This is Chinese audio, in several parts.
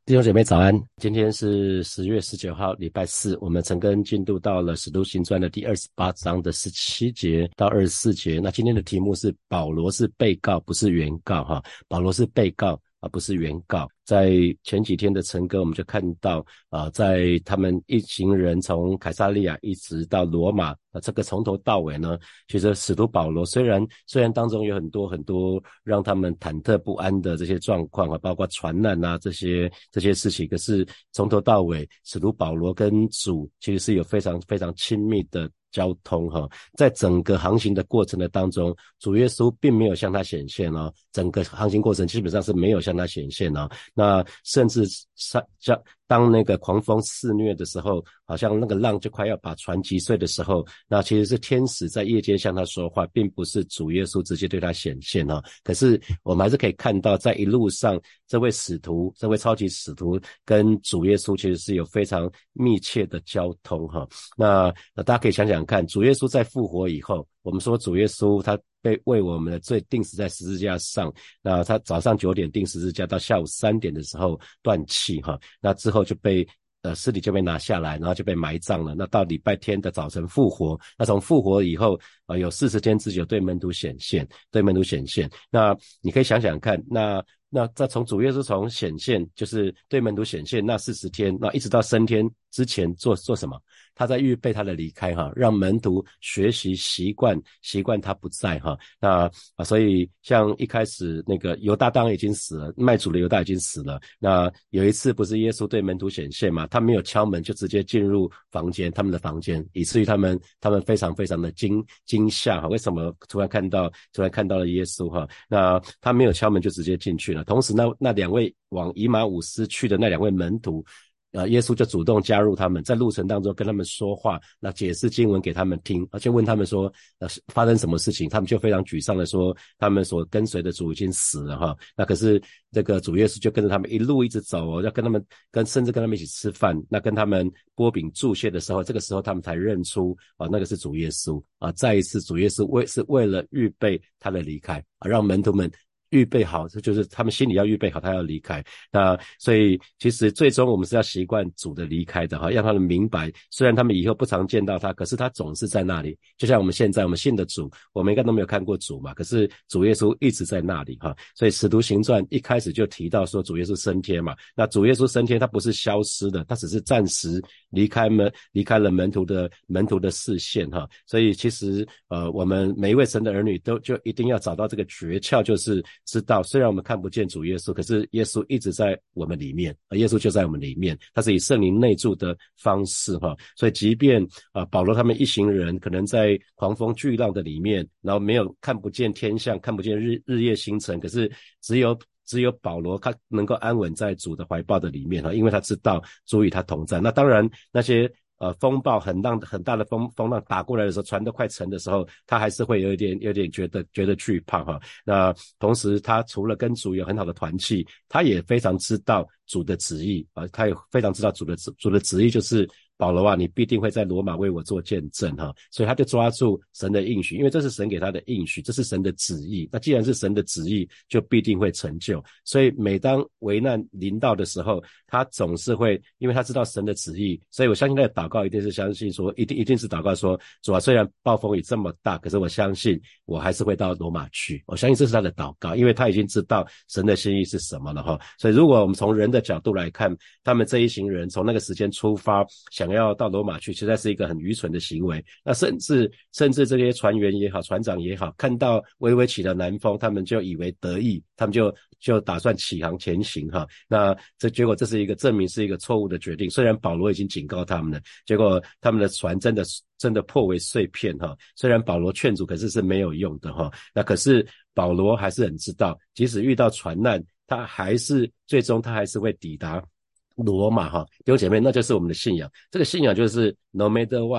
弟兄姐妹早安，今天是10月19号礼拜四，我们陈根进度到了使徒行传的第28章的17节到24节。那今天的题目是保罗是被告不是原告哈，保罗是被告而不是原告。在前几天的陈根我们就看到在他们一行人从凯撒利亚一直到罗马，这个从头到尾呢，其实使徒保罗虽然当中有很多让他们忐忑不安的这些状况啊，包括船难啊这些事情，可是从头到尾使徒保罗跟主其实是有非常非常亲密的交通哈，在整个航行的过程的当中，主耶稣并没有向他显现哦，整个航行过程基本上是没有向他显现哦。那甚至当那个狂风肆虐的时候，好像那个浪就快要把船击碎的时候，那其实是天使在夜间向他说话，并不是主耶稣直接对他显现哦。可是我们还是可以看到，在一路上这位超级使徒跟主耶稣其实是有非常密切的交通哈。那大家可以想想看，主耶稣在复活以后，我们说主耶稣他被为我们的罪钉死在十字架上，那他早上9点钉十字架，到下午3点的时候断气哈，那之后就被尸体就被拿下来，然后就被埋葬了。那到礼拜天的早晨复活，那从复活以后有40天之久对门徒显现。那你可以想想看，那再从主耶稣从显现，就是对门徒显现那40天，那一直到升天之前做什么？他在预备他的离开哈，让门徒学习习惯他不在哈。那所以像一开始那个犹大当然已经死了，卖主的犹大已经死了。那有一次不是耶稣对门徒显现嘛，他没有敲门就直接进入房间，他们的房间，以至于他们非常非常的惊吓哈，为什么突然看到了耶稣哈？那他没有敲门就直接进去了。同时那两位往以马忤斯去的那两位门徒，耶稣就主动加入他们，在路程当中跟他们说话，那解释经文给他们听，而且问他们说发生什么事情，他们就非常沮丧的说他们所跟随的主已经死了哈。那可是这个主耶稣就跟着他们一路一直走要跟他们甚至跟他们一起吃饭，那跟他们拨饼祝谢的时候，这个时候他们才认出那个是主耶稣再一次主耶稣是为了预备他的离开让门徒们预备好，这就是他们心里要预备好他要离开。那所以其实最终我们是要习惯主的离开的让他们明白，虽然他们以后不常见到他，可是他总是在那里。就像我们现在我们信的主，我们应该都没有看过主嘛，可是主耶稣一直在那里所以使徒行传一开始就提到说主耶稣升天嘛，那主耶稣升天他不是消失的，他只是暂时离开了门徒的视线所以其实我们每一位神的儿女就一定要找到这个诀窍，就是知道虽然我们看不见主耶稣，可是耶稣一直在我们里面，耶稣就在我们里面，他是以圣灵内住的方式所以即便保罗他们一行人可能在狂风巨浪的里面，然后没有看不见天象，看不见日夜星辰，可是只有保罗他能够安稳在主的怀抱的里面因为他知道主与他同在。那当然那些风暴很大的风浪打过来的时候，船都快沉的时候，他还是会有点觉得惧怕那同时他除了跟主有很好的团契，他也非常知道主的旨意他也非常知道主的旨意就是保罗你必定会在罗马为我做见证所以他就抓住神的应许，因为这是神给他的应许，这是神的旨意。那既然是神的旨意，就必定会成就。所以每当危难临到的时候，他总是会，因为他知道神的旨意，所以我相信他的祷告一定是相信说，一定是祷告说，主啊，虽然暴风雨这么大，可是我相信我还是会到罗马去。我相信这是他的祷告，因为他已经知道神的心意是什么了所以如果我们从人的角度来看，他们这一行人从那个时间出发，想要到罗马去，实在是一个很愚蠢的行为。那甚至这些船员也好，船长也好，看到微微起了南风，他们就以为得意，他们就打算起航前行那结果这是证明是一个错误的决定。虽然保罗已经警告他们了，结果他们的船真的破为碎片虽然保罗劝阻，可是没有用的那可是保罗还是很知道，即使遇到船难，最终他还是会抵达罗马弟兄姐妹，那就是我们的信仰。这个信仰就是 no matter what，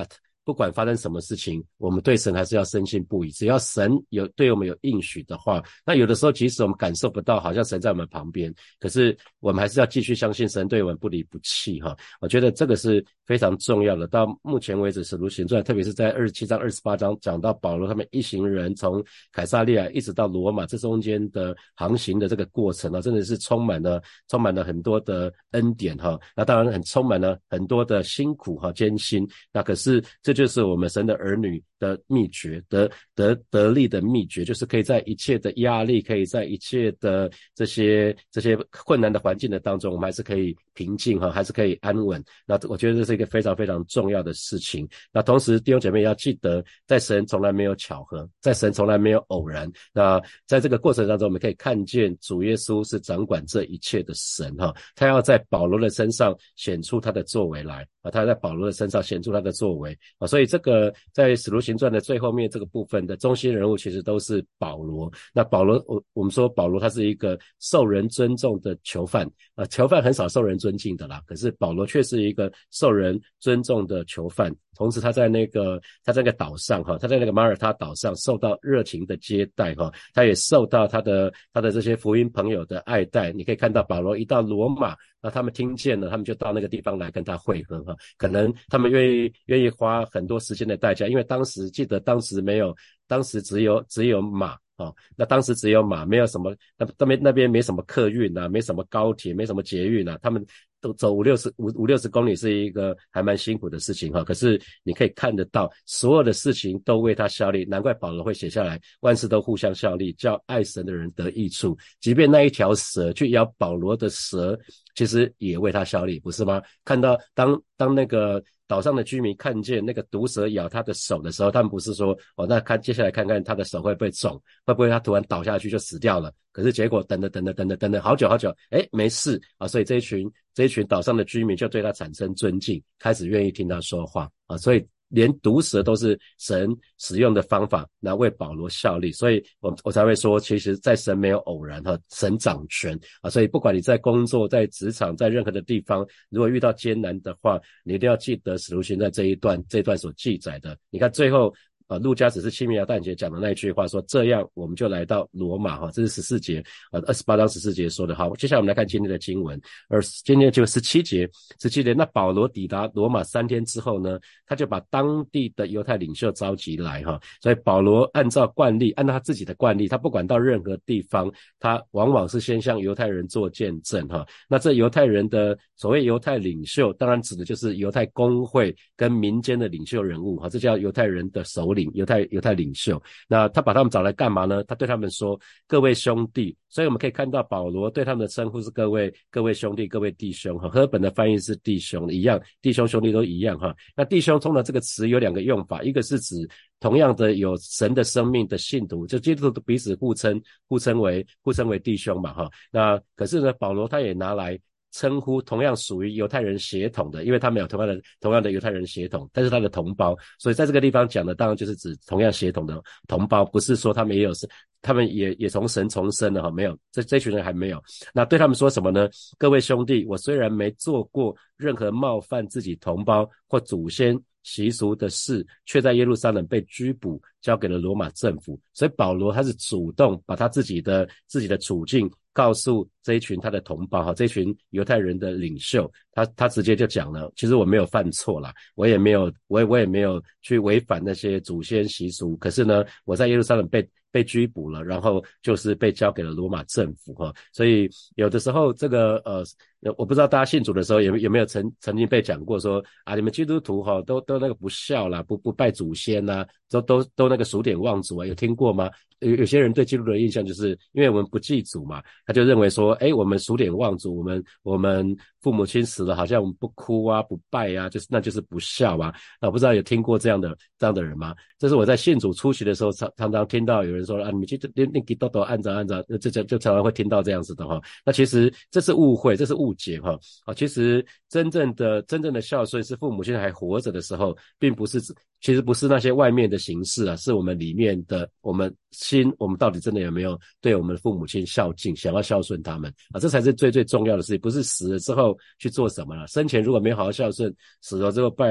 不管发生什么事情，我们对神还是要深信不疑。只要神对我们有应许的话，那有的时候即使我们感受不到，好像神在我们旁边，可是我们还是要继续相信神对我们不离不弃哈。我觉得这个是非常重要的。到目前为止，使徒行传特别是在27章、28章讲到保罗他们一行人从凯撒利亚一直到罗马，这中间的航行的这个过程真的是充满了很多的恩典哈。那当然充满了很多的辛苦和艰辛。那可是这就是我们神的儿女的秘诀，得力的秘诀，就是可以在一切的压力，可以在一切的这些困难的环境的当中，我们还是可以平静哈，还是可以安稳。那我觉得这是一个非常非常重要的事情。那同时弟兄姐妹要记得，在神从来没有巧合，在神从来没有偶然。那在这个过程当中，我们可以看见主耶稣是掌管这一切的神哈，他要在保罗的身上显出他的作为来啊，他在保罗的身上显出他的作为啊，所以这个在使徒行传的最后面这个部分的中心人物其实都是保罗。那保罗我们说保罗他是一个受人尊重的囚犯啊，囚犯很少受人尊敬的啦，可是保罗却是一个受人尊重的囚犯。同时他在那个岛上哈，他在那个马耳他岛上受到热情的接待哈，他也受到他的这些福音朋友的爱戴。你可以看到保罗一到罗马，那他们听见了，他们就到那个地方来跟他会合哈，可能他们愿意花很多时间的代价，因为当时只有马那当时只有马，没有什么那边没什么客运啊，没什么高铁，没什么捷运啊，他们都走五六十公里是一个还蛮辛苦的事情可是你可以看得到所有的事情都为他效力，难怪保罗会写下来万事都互相效力，叫爱神的人得益处。即便那一条蛇去咬保罗的蛇，其实也为他效力，不是吗？看到当那个岛上的居民看见那个毒蛇咬他的手的时候，他们不是说那接下来看看他的手会不会肿，会不会他突然倒下去就死掉了，可是结果等了好久没事啊，所以这一群岛上的居民就对他产生尊敬，开始愿意听他说话啊，所以连毒蛇都是神使用的方法来为保罗效力。所以我才会说，其实在神没有偶然神掌权啊，所以不管你在工作在职场在任何的地方，如果遇到艰难的话，你一定要记得使徒行传这一段所记载的。你看最后路加只是轻描淡写讲的那一句话，说这样我们就来到罗马这是14节28章14节说的。好，接下来我们来看今天的经文，今天就17节。那保罗抵达罗马3天之后呢，他就把当地的犹太领袖召集来所以保罗按照他自己的惯例，他不管到任何地方，他往往是先向犹太人做见证那这犹太人的所谓犹太领袖，当然指的就是犹太公会跟民间的领袖人物这叫犹太人的首领，犹太领袖。那他把他们找来干嘛呢？他对他们说各位兄弟，所以我们可以看到保罗对他们的称呼是各位兄弟，各位弟兄和本的翻译是弟兄一样，弟兄兄弟都一样那弟兄通常这个词有两个用法，一个是指同样的有神的生命的信徒，就基督徒彼此互称为弟兄嘛那可是呢，保罗他也拿来称呼同样属于犹太人血统的，因为他们有同样的犹太人血统，但是他的同胞，所以在这个地方讲的当然就是指同样血统的同胞，不是说他们也从神重生了没有，这群人还没有。那对他们说什么呢？各位兄弟，我虽然没做过任何冒犯自己同胞或祖先习俗的事，却在耶路撒冷被拘捕，交给了罗马政府。所以保罗他是主动把他自己的处境告诉这一群他的同胞这一群犹太人的领袖，他直接就讲了，其实我没有犯错啦，我也没有去违反那些祖先习俗，可是呢，我在耶路撒冷被拘捕了，然后就是被交给了罗马政府所以有的时候这个我不知道大家信主的时候有没有曾经被讲过说你们基督徒都那个不孝啦，不拜祖先啦，都那个数典忘祖有听过吗？有些人对基督的印象就是因为我们不祭祖嘛，他就认为说我们数典忘祖，我们父母亲死了好像我们不哭不拜那就是不孝那我不知道有听过这样的人吗？这是我在信主初期的时候常常听到有人说你们去那给都按照就常常会听到这样子的那其实这是误会，这是误解其实真正的孝顺是父母亲还活着的时候，其实不是那些外面的形式是我们里面的我们到底真的有没有对我们的父母亲孝敬，想要孝顺他们这才是最重要的事情，不是死了之后去做什么了。生前如果没有好好孝顺，死了之后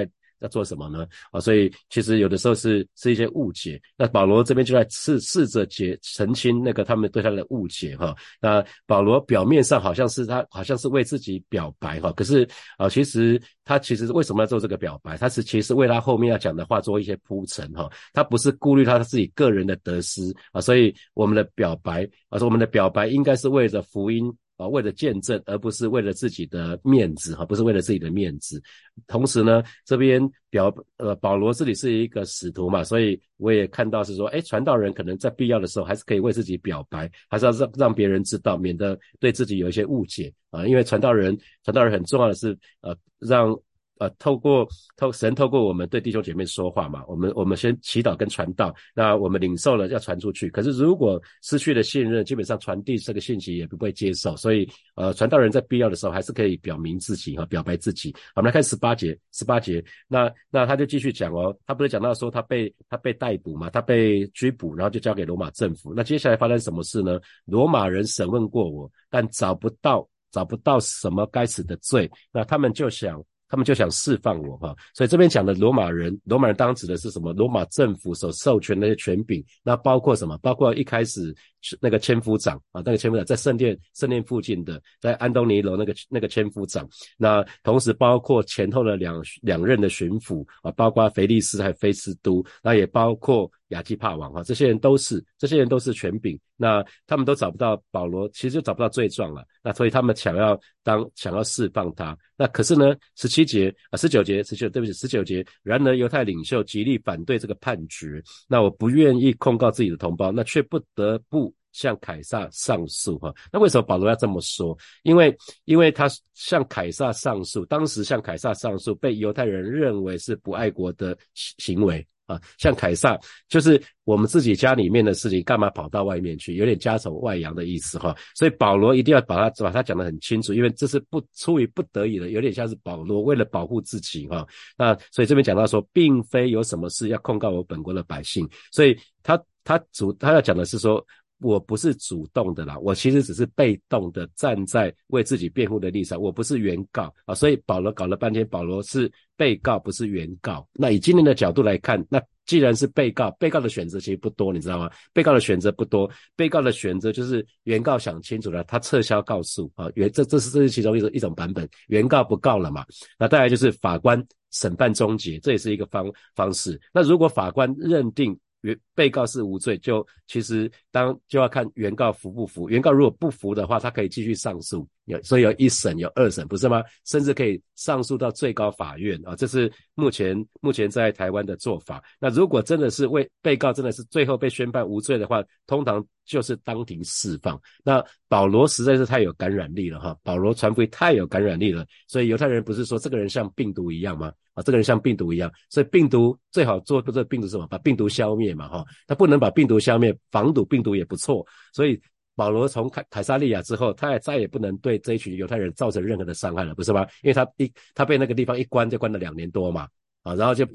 要做什么呢？所以其实有的时候是一些误解。那保罗这边就在试着澄清那个他们对他的误解那保罗表面上好像是为自己表白可是其实他为什么要做这个表白？他其实为他后面要讲的话做一些铺陈他不是顾虑他自己个人的得失所以我们的表白说我们的表白应该是为了福音为了见证，而不是为了自己的面子不是为了自己的面子。同时呢，这边保罗这里是一个使徒嘛，所以我也看到是说传道人可能在必要的时候还是可以为自己表白，还是要让别人知道，免得对自己有一些误解因为传道人很重要的是让神透过我们对弟兄姐妹说话嘛，我们先祈祷跟传道，那我们领受了要传出去。可是如果失去了信任，基本上传递这个信息也不会接受，所以传道人在必要的时候还是可以表明自己表白自己。我们来看18节，那他就继续讲他不是讲到说他被逮捕嘛，他被拘捕，然后就交给罗马政府。那接下来发生什么事呢？罗马人审问过我，但找不到什么该死的罪，那他们就想释放我所以这边讲的罗马人当指的是什么？罗马政府所授权的那些权柄，那包括什么？包括一开始那个千夫长那个千夫长在圣殿附近的，在安东尼楼那个千夫长，那同时包括前后的两任的巡抚包括腓力斯还有菲斯都，那也包括亚基帕王这些人都是权柄，那他们都找不到保罗，其实就找不到罪状了，那所以他们想要释放他。那可是呢19节，然而犹太领袖极力反对这个判决，那我不愿意控告自己的同胞，那却不得不向凯撒上诉那为什么保罗要这么说？因为他向凯撒上诉，当时向凯撒上诉被犹太人认为是不爱国的行为像凯撒就是我们自己家里面的事情，干嘛跑到外面去，有点家丑外扬的意思所以保罗一定要把它讲得很清楚，因为这是出于不得已的，有点像是保罗为了保护自己那所以这边讲到说并非有什么事要控告我本国的百姓，所以他要讲的是说我不是主动的啦，我其实只是被动的站在为自己辩护的立场，我不是原告所以保罗搞了半天，保罗是被告不是原告。那以今天的角度来看，那既然是被告的选择其实不多，你知道吗？被告的选择不多，被告的选择就是原告想清楚了，他撤销告诉这是其中一种版本，原告不告了嘛。那再来就是法官审判终结，这也是一个方式。那如果法官认定被告是无罪，其实就要看原告服不服。原告如果不服的话，他可以继续上诉，所以有1审有2审，不是吗？甚至可以上诉到最高法院这是目前在台湾的做法。那如果真的是被告真的是最后被宣判无罪的话，通常就是当庭释放。那保罗实在是太有感染力了保罗传福音太有感染力了，所以犹太人不是说这个人像病毒一样吗？这个人像病毒一样，所以病毒最好做这个病毒是什么？把病毒消灭嘛他不能把病毒消灭，防堵病毒也不错。所以保罗从凯撒利亚之后，他也再也不能对这一群犹太人造成任何的伤害了，不是吗？因为他被那个地方一关就关了2年多嘛然后就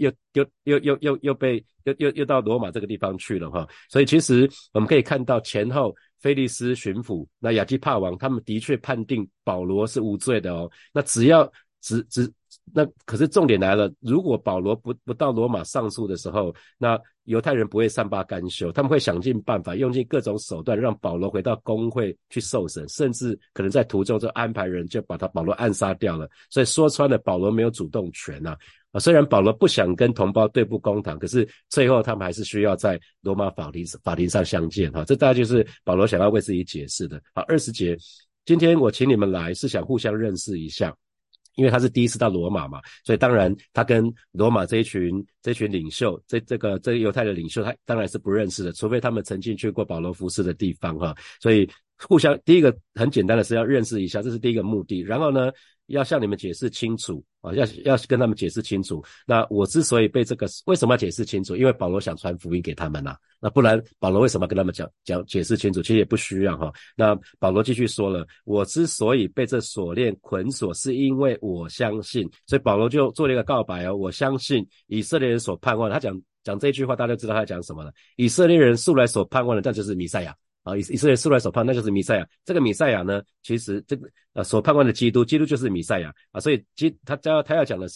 又到罗马这个地方去了所以其实我们可以看到前后菲利斯巡抚那亚基帕王他们的确判定保罗是无罪的那那可是重点来了，如果保罗不到罗马上诉的时候，那犹太人不会善罢甘休，他们会想尽办法，用尽各种手段让保罗回到公会去受审，甚至可能在途中就安排人就把保罗暗杀掉了。所以说穿了，保罗没有主动权虽然保罗不想跟同胞对簿公堂，可是最后他们还是需要在罗马法庭上相见这大概就是保罗想要为自己解释的。好，20节，今天我请你们来是想互相认识一下，因为他是第一次到罗马嘛，所以当然他跟罗马这一群领袖，这个犹太的领袖，他当然是不认识的，除非他们曾经去过保罗服侍的地方所以互相第一个很简单的是要认识一下，这是第一个目的。然后呢，要向你们解释清楚要跟他们解释清楚。那我之所以被为什么要解释清楚？因为保罗想传福音给他们那不然保罗为什么要跟他们讲解释清楚？其实也不需要那保罗继续说了，我之所以被这锁链捆锁，是因为我相信。所以保罗就做了一个告白我相信以色列人所盼望的。他讲这句话，大家就知道他讲什么了。以色列人素来所盼望的，那就是弥赛亚以色列素来所盼，那就是弥赛亚。这个弥赛亚呢，其实这个所盼望的基督就是弥赛亚所以他要讲的是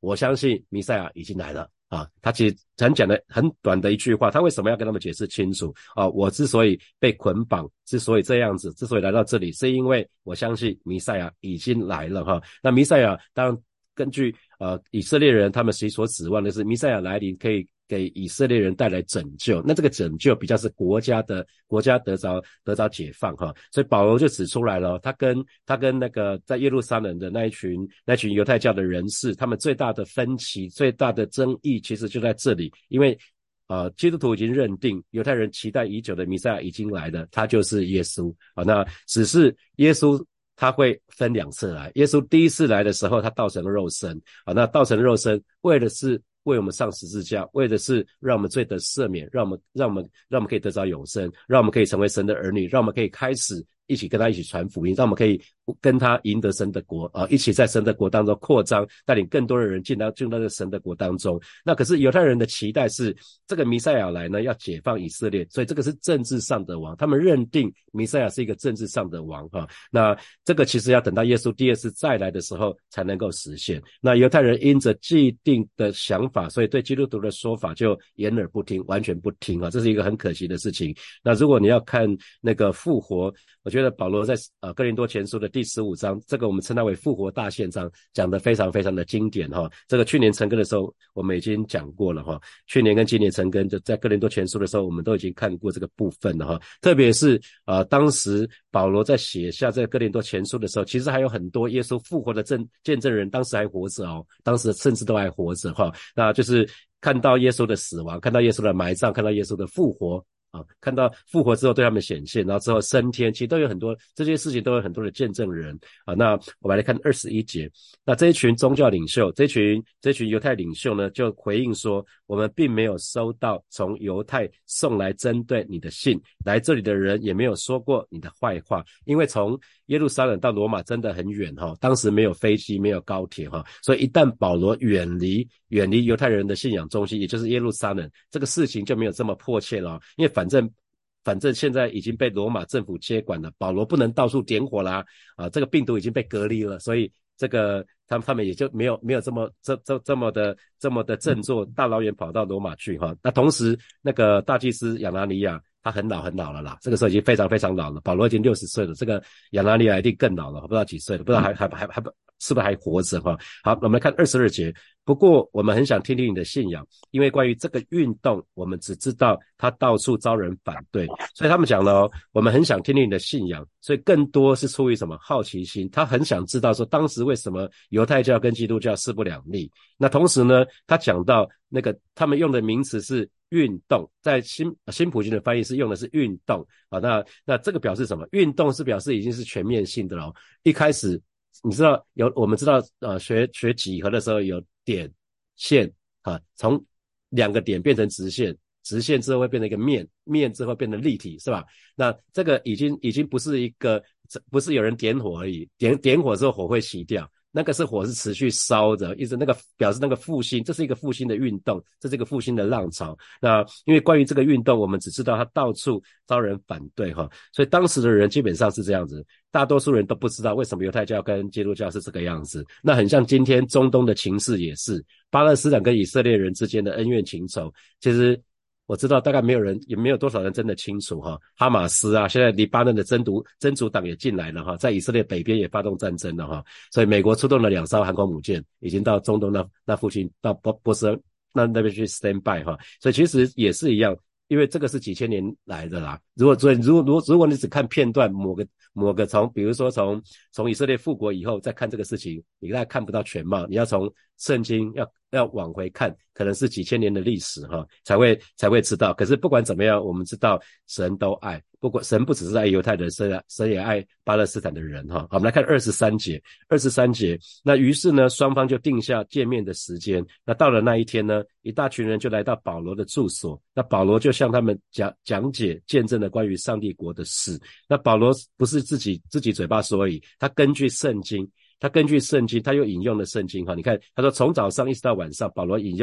我相信弥赛亚已经来了。啊，他其实很讲的很短的一句话，他为什么要跟他们解释清楚？啊，我之所以被捆绑，之所以这样子，之所以来到这里，是因为我相信弥赛亚已经来了哈。那弥赛亚当然根据以色列人他们其所指望的是弥赛亚来临可以给以色列人带来拯救，那这个拯救比较是国家得着解放哈，所以保罗就指出来了，他跟那个在耶路撒冷的那群犹太教的人士，他们最大的分歧、最大的争议，其实就在这里，因为基督徒已经认定犹太人期待已久的弥赛亚已经来了，他就是耶稣啊。那只是耶稣他会分两次来，耶稣第一次来的时候，他道成肉身啊，那道成肉身为的是为我们上十字架，为的是让我们罪得赦免，让我们可以得着永生，让我们可以成为神的儿女，让我们可以开始一起跟他一起传福音，让我们可以跟他赢得神的国一起在神的国当中扩张，带领更多的人进到这个神的国当中。那可是犹太人的期待是这个弥赛亚来呢，要解放以色列，所以这个是政治上的王，他们认定弥赛亚是一个政治上的王那这个其实要等到耶稣第二次再来的时候才能够实现。那犹太人因着既定的想法，所以对基督徒的说法就掩耳不听，完全不听这是一个很可惜的事情。那如果你要看那个复活，我觉得保罗在哥林多前书的第15章，这个我们称它为复活大宪章，讲得非常非常的经典这个去年成根的时候我们已经讲过了去年跟今年成根就在哥林多前书的时候我们都已经看过这个部分了特别是当时保罗在写下这个哥林多前书的时候，其实还有很多耶稣复活的见证人当时还活着当时甚至都还活着那就是看到耶稣的死亡，看到耶稣的埋葬，看到耶稣的复活看到复活之后对他们显现，然后之后升天，其实都有很多这些事情，都有很多的见证人那我们来看21节，那这一群宗教领袖，这群犹太领袖呢，就回应说，我们并没有收到从犹太送来针对你的信，来这里的人也没有说过你的坏话，因为从耶路撒冷到罗马真的很远当时没有飞机，没有高铁所以一旦保罗远离犹太人的信仰中心，也就是耶路撒冷，这个事情就没有这么迫切了因为反正现在已经被罗马政府接管了，保罗不能到处点火啦这个病毒已经被隔离了，所以这个他们也就没有这么的振作，大老远跑到罗马去那同时那个大祭司亚拿尼亚他很老了啦，这个时候已经非常非常老了，保罗已经60岁了，这个亚拿尼亚一定更老了，不知道几岁了，不知道还是不是还活着好，我们来看22节，不过我们很想听听你的信仰，因为关于这个运动我们只知道他到处招人反对，所以他们讲了我们很想听听你的信仰，所以更多是出于什么好奇心，他很想知道说当时为什么犹太教跟基督教势不两立。那同时呢，他讲到那个他们用的名词是运动，在新普京的翻译是用的是运动那这个表示什么？运动是表示已经是全面性的了一开始你知道我们知道学几何的时候有点线从两个点变成直线，直线之后会变成一个面，面之后变成立体是吧？那这个已经不是有人点火而已，点火之后火会熄掉，那个是火是持续烧着，一直那个表示那个复兴，这是一个复兴的运动，这是一个复兴的浪潮。那因为关于这个运动我们只知道它到处招人反对所以当时的人基本上是这样子，大多数人都不知道为什么犹太教跟基督教是这个样子。那很像今天中东的情势也是，巴勒斯坦跟以色列人之间的恩怨情仇，其实我知道大概也没有多少人真的清楚哈马斯现在黎巴嫩的真主党也进来了在以色列北边也发动战争了所以美国出动了2艘航空母舰，已经到中东那附近，到波斯那边去 stand by 所以其实也是一样，因为这个是几千年来的啦。如果你只看片段，某个比如说从以色列复国以后再看这个事情，你大概看不到全貌，你要从圣经要往回看，可能是几千年的历史才会知道。可是不管怎么样，我们知道神都爱，不过神不只是爱犹太人，神也爱巴勒斯坦的人好，我们来看23节，那于是呢双方就定下见面的时间。那到了那一天呢，一大群人就来到保罗的住所，那保罗就向他们讲解见证了关于上帝国的事。那保罗不是自己嘴巴说而已，他根据圣经，他又引用了圣经你看他说从早上一直到晚上，保罗引用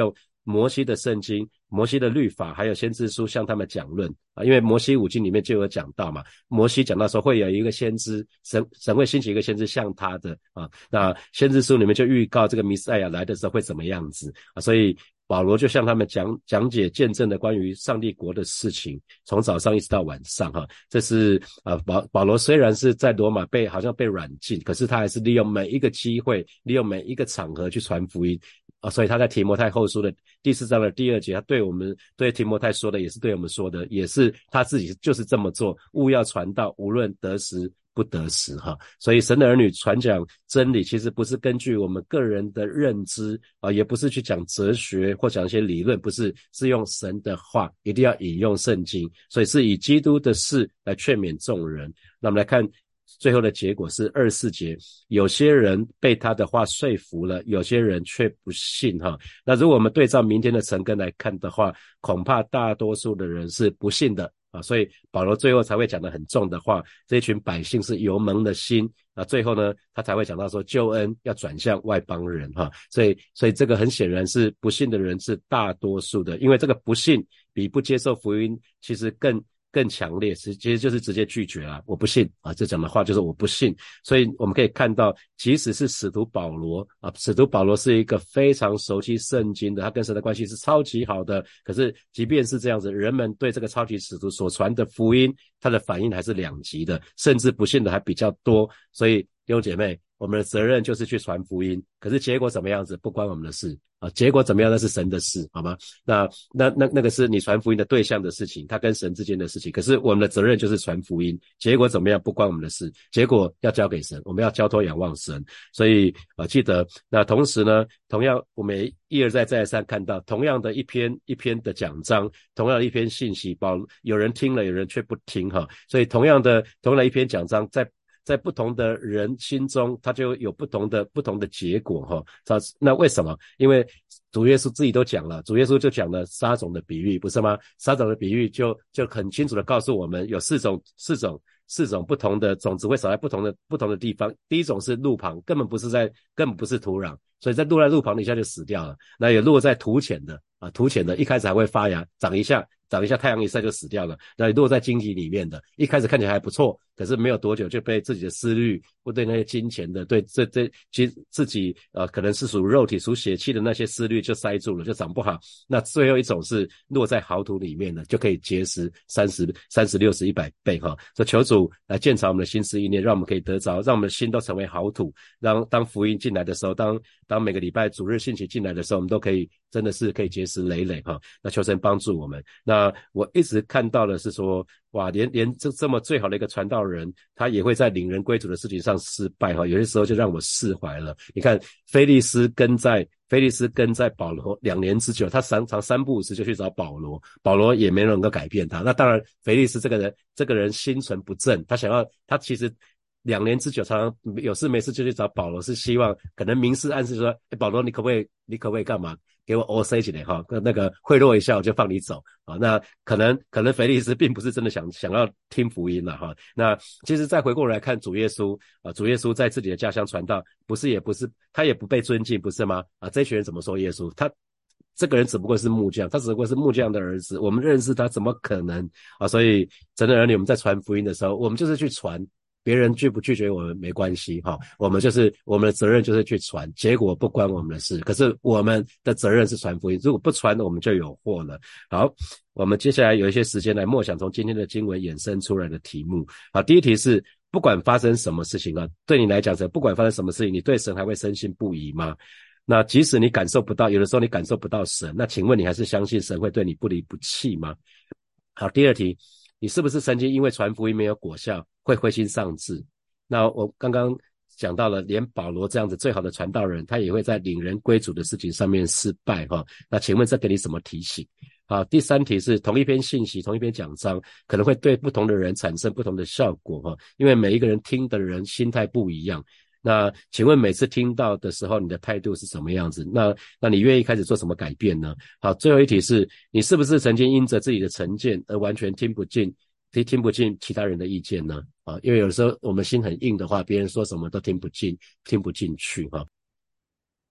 摩西的圣经、摩西的律法还有先知书向他们讲论啊，因为摩西五经里面就有讲到嘛，摩西讲到说会有一个先知，神会兴起一个先知像他的啊，那先知书里面就预告这个弥赛亚来的时候会怎么样子啊，所以保罗就向他们讲解见证的关于上帝国的事情，从早上一直到晚上哈。这是保罗虽然是在罗马好像被软禁，可是他还是利用每一个机会，利用每一个场合去传福音啊。所以他在提摩太后书的第4章的第2节，他对提摩太说的也是对我们说的，也是他自己就是这么做，务要传道，无论得时不得时哈，所以神的儿女传讲真理，其实不是根据我们个人的认知啊，也不是去讲哲学或讲一些理论，不是，是用神的话，一定要引用圣经，所以是以基督的事来劝勉众人。那我们来看最后的结果是24节，有些人被他的话说服了，有些人却不信哈。那如果我们对照明天的晨更来看的话，恐怕大多数的人是不信的啊，所以保罗最后才会讲得很重的话，这一群百姓是油蒙的心啊，最后呢他才会讲到说救恩要转向外邦人哈，所以这个很显然是不信的人是大多数的，因为这个不信比不接受福音其实更强烈，其实就是直接拒绝啊，我不信啊，这讲的话就是我不信。所以我们可以看到，即使是使徒保罗啊，使徒保罗是一个非常熟悉圣经的，他跟神的关系是超级好的，可是即便是这样子，人们对这个超级使徒所传的福音，他的反应还是两极的，甚至不信的还比较多。所以弟兄姐妹，我们的责任就是去传福音，可是结果怎么样子不关我们的事啊，结果怎么样那是神的事，好吗？那个是你传福音的对象的事情，他跟神之间的事情，可是我们的责任就是传福音，结果怎么样不关我们的事，结果要交给神，我们要交托仰望神。所以记得，那同时呢，同样我们一而再再而三看到同样的一篇一篇的讲章，同样的一篇信息，有人听了，有人却不听哈，所以同样的一篇讲章在不同的人心中，他就有不同的结果哈。那为什么？因为主耶稣自己都讲了，主耶稣就讲了撒种的比喻，不是吗？撒种的比喻就很清楚的告诉我们，有四种不同的种子会撒在不同的地方。第一种是路旁，根本不是土壤，所以在落在路旁的一下就死掉了。那也落在土浅的土浅的一开始还会发芽，长一下太阳一晒就死掉了。那落在荆棘里面的，一开始看起来还不错，可是没有多久就被自己的思虑或对那些金钱的，对其实自己可能是属肉体属血气的那些思虑就塞住了，就长不好。那最后一种是落在好土里面的，就可以结实30、60、100倍哈。所以求主来鉴察我们的心思意念，让我们可以得着，让我们的心都成为好土，当福音进来的时候，当每个礼拜主日信息进来的时候，我们都可以真的是可以结实累累哈。那求神帮助我们。那我一直看到的是说，哇，连这么最好的一个传道人，他也会在领人归主的事情上失败哈。有些时候就让我释怀了。你看，菲利斯跟在保罗2年之久，他常3不5时就去找保罗，保罗也没能够改变他。那当然，菲利斯这个人心存不正，他其实2年之久，常常有事没事就去找保罗，是希望可能明示暗示说，保罗你可不可以干嘛？给我 OC 起来哈，那个贿赂一下我就放你走啊。那可能腓力斯并不是真的想要听福音了哈。那其实再回过来看主耶稣主耶稣在自己的家乡传道，他也不被尊敬，不是吗？这群人怎么说耶稣？这个人只不过是木匠，他只不过是木匠的儿子，我们认识他怎么可能所以神的儿女，我们在传福音的时候，我们就是去传。别人拒不拒绝我们没关系我们的责任就是去传，结果不关我们的事，可是我们的责任是传福音，如果不传我们就有祸了。好，我们接下来有一些时间来默想从今天的经文衍生出来的题目。好，第一题是不管发生什么事情对你来讲不管发生什么事情，你对神还会深信不疑吗？那即使你感受不到，有的时候你感受不到神，那请问你还是相信神会对你不离不弃吗？好，第二题，你是不是曾经因为传福音没有果效会灰心丧志？那我刚刚讲到了，连保罗这样子最好的传道人，他也会在领人归主的事情上面失败那请问这给你什么提醒？好，第三题是同一篇信息同一篇讲章可能会对不同的人产生不同的效果因为每一个人听的人心态不一样。那请问每次听到的时候你的态度是什么样子？那你愿意开始做什么改变呢？好，最后一题是你是不是曾经因着自己的成见而完全听不进其他人的意见呢？因为有时候我们心很硬的话，别人说什么都听不进去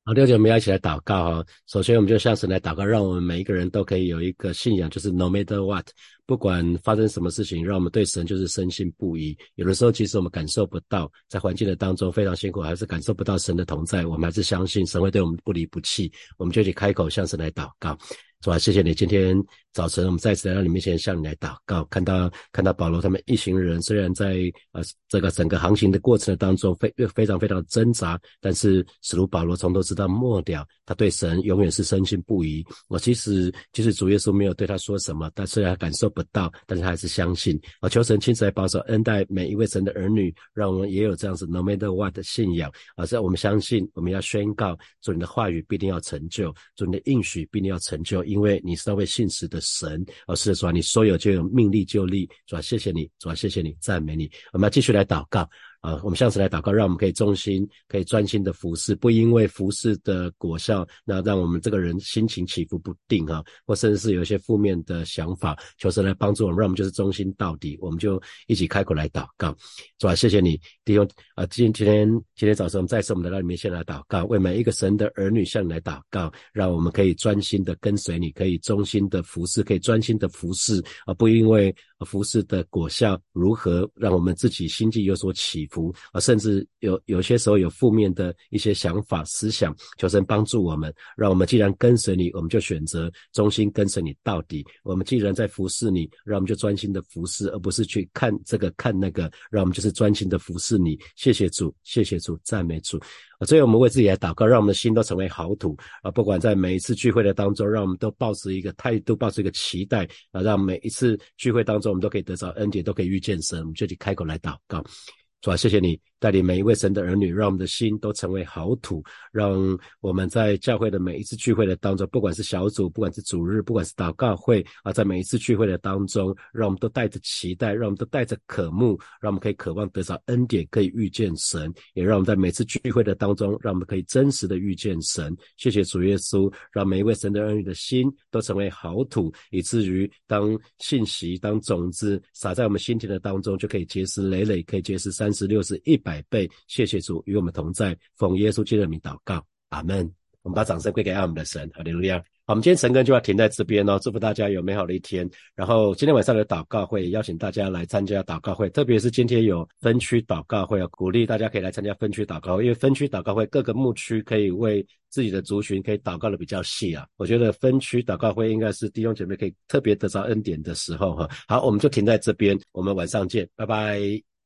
好，六姐，我们要一起来祷告哈。首先，我们就向神来祷告，让我们每一个人都可以有一个信仰，就是 no matter what，不管发生什么事情，让我们对神就是深信不疑。有的时候，其实我们感受不到，在环境的当中非常辛苦，还是感受不到神的同在，我们还是相信神会对我们不离不弃。我们就一起开口向神来祷告。主啊，谢谢你，今天早晨我们再次来到你面前向你来祷告，看到保罗他们一行人虽然在这个整个航行的过程当中非常非常挣扎，但是使徒保罗从头直到末了，他对神永远是深信不疑。即使主耶稣没有对他说什么，但虽然他感受不到，但是他还是相信。求神亲自来保守恩待每一位神的儿女，让我们也有这样子 no matter what 的信仰。这我们相信，我们要宣告主你的话语必定要成就，主你的应许必定要成就，因为你是那位信实的神。是的，主啊，你说有就有，命立就立。主啊，谢谢你，主啊，谢谢你，赞美你。我们要继续来祷告。我们向神来祷告，让我们可以忠心，可以专心的服侍，不因为服侍的果效，那让我们这个人心情起伏不定或甚至是有一些负面的想法。求神来帮助我们，让我们就是忠心到底。我们就一起开口来祷告。主啊，谢谢你，弟兄今天早上我们再次我们来到里面先来祷告，为每一个神的儿女向你来祷告，让我们可以专心的跟随你，可以忠心的服侍，可以专心的服侍，不因为服侍的果效如何让我们自己心境有所起伏，甚至有些时候有负面的一些想法思想。求神帮助我们，让我们既然跟随你，我们就选择忠心跟随你到底。我们既然在服侍你，让我们就专心的服侍，而不是去看这个看那个，让我们就是专心的服侍你。谢谢主，谢谢主，赞美主。最后我们为自己来祷告，让我们的心都成为好土不管在每一次聚会的当中，让我们都抱持一个态度，抱持一个期待让每一次聚会当中我们都可以得到恩典，都可以遇见神。我们就去开口来祷告。主啊，谢谢你带领每一位神的儿女，让我们的心都成为好土，让我们在教会的每一次聚会的当中，不管是小组，不管是主日，不管是祷告会在每一次聚会的当中，让我们都带着期待，让我们都带着渴慕，让我们可以渴望得到恩典，可以遇见神，也让我们在每次聚会的当中，让我们可以真实的遇见神。谢谢主耶稣，让每一位神的儿女的心都成为好土，以至于当信息当种子撒在我们心田的当中，就可以结实累累，可以结实30、60、100倍。谢谢主与我们同在，奉耶稣基督的名祷告，阿们。我们把掌声归给爱我们的神，哈利路亚。好，我们今天晨更就要停在这边祝福大家有美好的一天。然后今天晚上的祷告会邀请大家来参加祷告会，特别是今天有分区祷告会鼓励大家可以来参加分区祷告会，因为分区祷告会各个牧区可以为自己的族群可以祷告的比较细我觉得分区祷告会应该是弟兄姐妹可以特别得着恩典的时候好，我们就停在这边，我们晚上见，拜拜。